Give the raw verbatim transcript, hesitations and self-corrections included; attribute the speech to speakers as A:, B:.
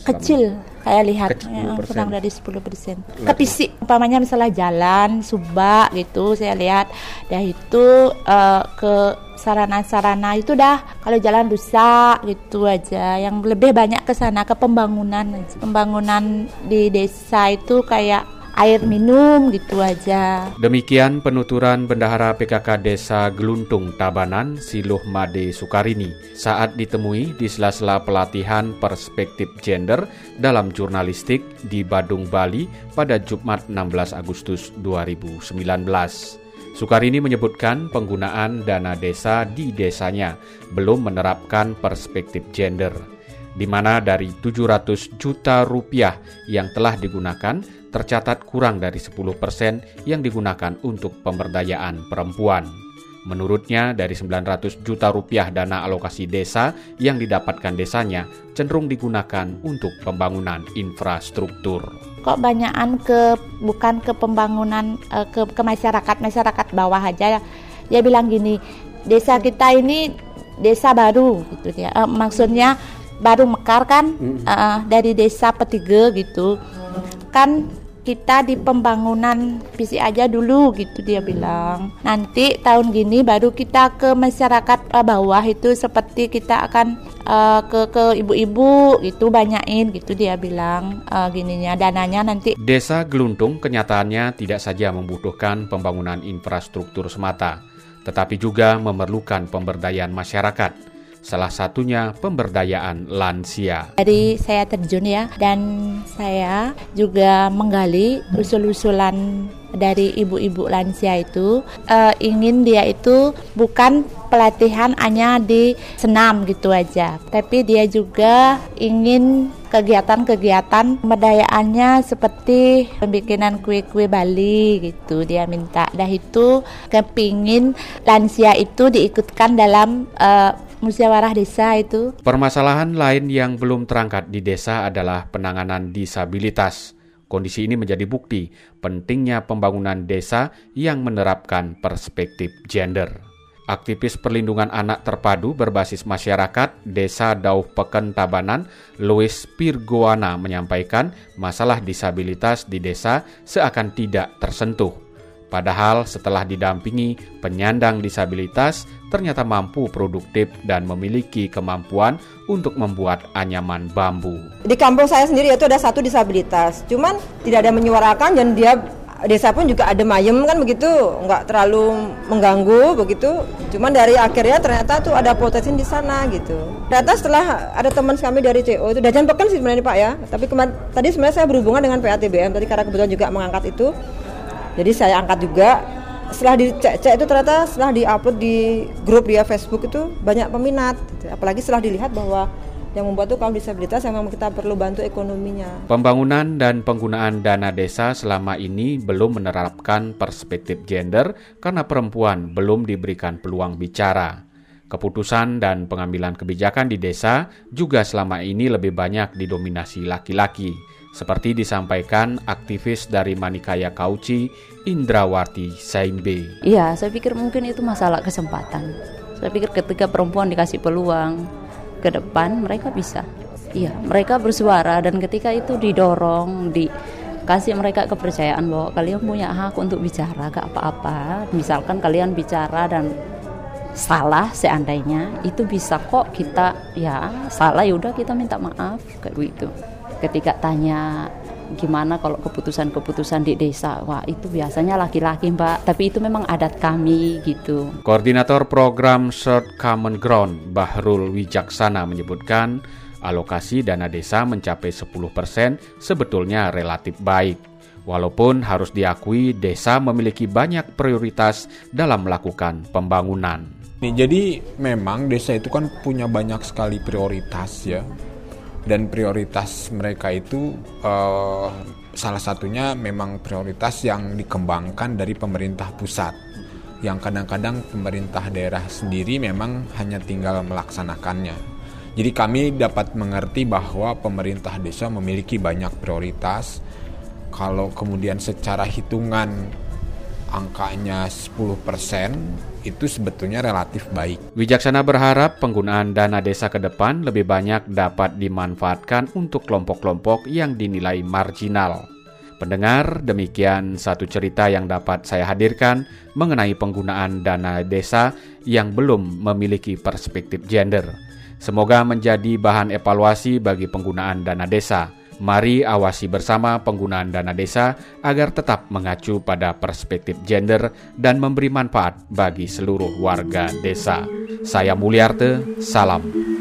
A: Kecil, saya lihat
B: Kecil,
A: ya,
B: sepuluh persen.
A: kurang dari sepuluh persen. Kepisik, umpamanya misalnya jalan, subak gitu, saya lihat. Dah itu uh, ke sarana-sarana itu dah, kalau jalan rusak gitu aja. Yang lebih banyak ke sana, ke pembangunan aja. Pembangunan di desa itu kayak air minum gitu aja.
B: Demikian penuturan Bendahara P K K Desa Geluntung Tabanan, Siluh Made Sukarini, saat ditemui di sela-sela pelatihan perspektif gender dalam jurnalistik di Badung, Bali pada Jumat enam belas Agustus dua ribu sembilan belas. Sukarini menyebutkan penggunaan dana desa di desanya belum menerapkan perspektif gender, di mana dari tujuh ratus juta rupiah yang telah digunakan, tercatat kurang dari sepuluh persen yang digunakan untuk pemberdayaan perempuan. Menurutnya, dari sembilan ratus juta rupiah dana alokasi desa yang didapatkan desanya cenderung digunakan untuk pembangunan infrastruktur.
A: Kok banyakan ke bukan ke pembangunan uh, ke ke masyarakat masyarakat bawah aja. Dia bilang gini, desa kita ini desa baru gitu dia. Uh, maksudnya baru mekar kan, uh, dari desa petiga gitu. Kan kita di pembangunan fisik aja dulu gitu dia bilang. Nanti tahun gini baru kita ke masyarakat uh, bawah itu, seperti kita akan uh, ke ke ibu-ibu gitu, banyain gitu dia bilang uh, gininya dananya nanti.
B: Desa Geluntung kenyataannya tidak saja membutuhkan pembangunan infrastruktur semata, tetapi juga memerlukan pemberdayaan masyarakat. Salah satunya pemberdayaan lansia.
A: Jadi saya terjun ya, dan saya juga menggali usul-usulan dari ibu-ibu lansia itu. Uh, ingin dia itu bukan pelatihan hanya di senam gitu aja, tapi dia juga ingin kegiatan-kegiatan pemberdayaannya seperti pembikinan kue-kue Bali gitu dia minta. Dah itu kepingin lansia itu diikutkan dalam uh, musyawarah desa itu.
B: Permasalahan lain yang belum terangkat di desa adalah penanganan disabilitas. Kondisi ini menjadi bukti pentingnya pembangunan desa yang menerapkan perspektif gender. Aktivis perlindungan anak terpadu berbasis masyarakat Desa Dauh Peken Tabanan, Louis Pirgoana menyampaikan masalah disabilitas di desa seakan tidak tersentuh. Padahal setelah didampingi penyandang disabilitas, ternyata mampu produktif dan memiliki kemampuan untuk membuat anyaman bambu.
C: Di kampung saya sendiri itu ada satu disabilitas, cuman tidak ada menyuarakan, dan dia desa pun juga ada mayem kan begitu, nggak terlalu mengganggu begitu. Cuman dari akhirnya ternyata tuh ada potensi di sana gitu. Ternyata setelah ada teman kami dari C O itu, dan jangan pekan sih sebenarnya Pak ya, tapi kemar- tadi sebenarnya saya berhubungan dengan P A T B M tadi karena kebetulan juga mengangkat itu. Jadi saya angkat juga, setelah dicek-cek itu ternyata setelah di-upload di grup dia Facebook itu banyak peminat. Apalagi setelah dilihat bahwa yang membuat itu kaum disabilitas yang memang kita perlu bantu ekonominya.
B: Pembangunan dan penggunaan dana desa selama ini belum menerapkan perspektif gender karena perempuan belum diberikan peluang bicara. Keputusan dan pengambilan kebijakan di desa juga selama ini lebih banyak didominasi laki-laki. Seperti disampaikan aktivis dari Manikaya Kauci, Indrawati Saimbe.
D: Iya, saya pikir mungkin itu masalah kesempatan. Saya pikir ketika perempuan dikasih peluang ke depan, mereka bisa. Iya, mereka bersuara, dan ketika itu didorong, dikasih mereka kepercayaan bahwa kalian punya hak untuk bicara, gak apa-apa. Misalkan kalian bicara dan salah seandainya, itu bisa kok kita, ya salah yaudah kita minta maaf, kayak begitu. Ketika tanya gimana kalau keputusan-keputusan di desa, wah itu biasanya laki-laki Mbak, tapi itu memang adat kami gitu.
B: Koordinator program Third Common Ground Bahrul Wijaksana menyebutkan alokasi dana desa mencapai sepuluh persen sebetulnya relatif baik. Walaupun harus diakui desa memiliki banyak prioritas dalam melakukan pembangunan.
E: Jadi memang desa itu kan punya banyak sekali prioritas ya. Dan prioritas mereka itu uh, salah satunya memang prioritas yang dikembangkan dari pemerintah pusat, yang kadang-kadang pemerintah daerah sendiri memang hanya tinggal melaksanakannya. Jadi kami dapat mengerti bahwa pemerintah desa memiliki banyak prioritas. Kalau kemudian secara hitungan angkanya sepuluh persen itu sebetulnya relatif baik.
B: Wijaksana berharap penggunaan dana desa ke depan lebih banyak dapat dimanfaatkan untuk kelompok-kelompok yang dinilai marginal. Pendengar, demikian satu cerita yang dapat saya hadirkan mengenai penggunaan dana desa yang belum memiliki perspektif gender. Semoga menjadi bahan evaluasi bagi penggunaan dana desa. Mari awasi bersama penggunaan dana desa agar tetap mengacu pada perspektif gender dan memberi manfaat bagi seluruh warga desa. Saya Mulyarte, salam.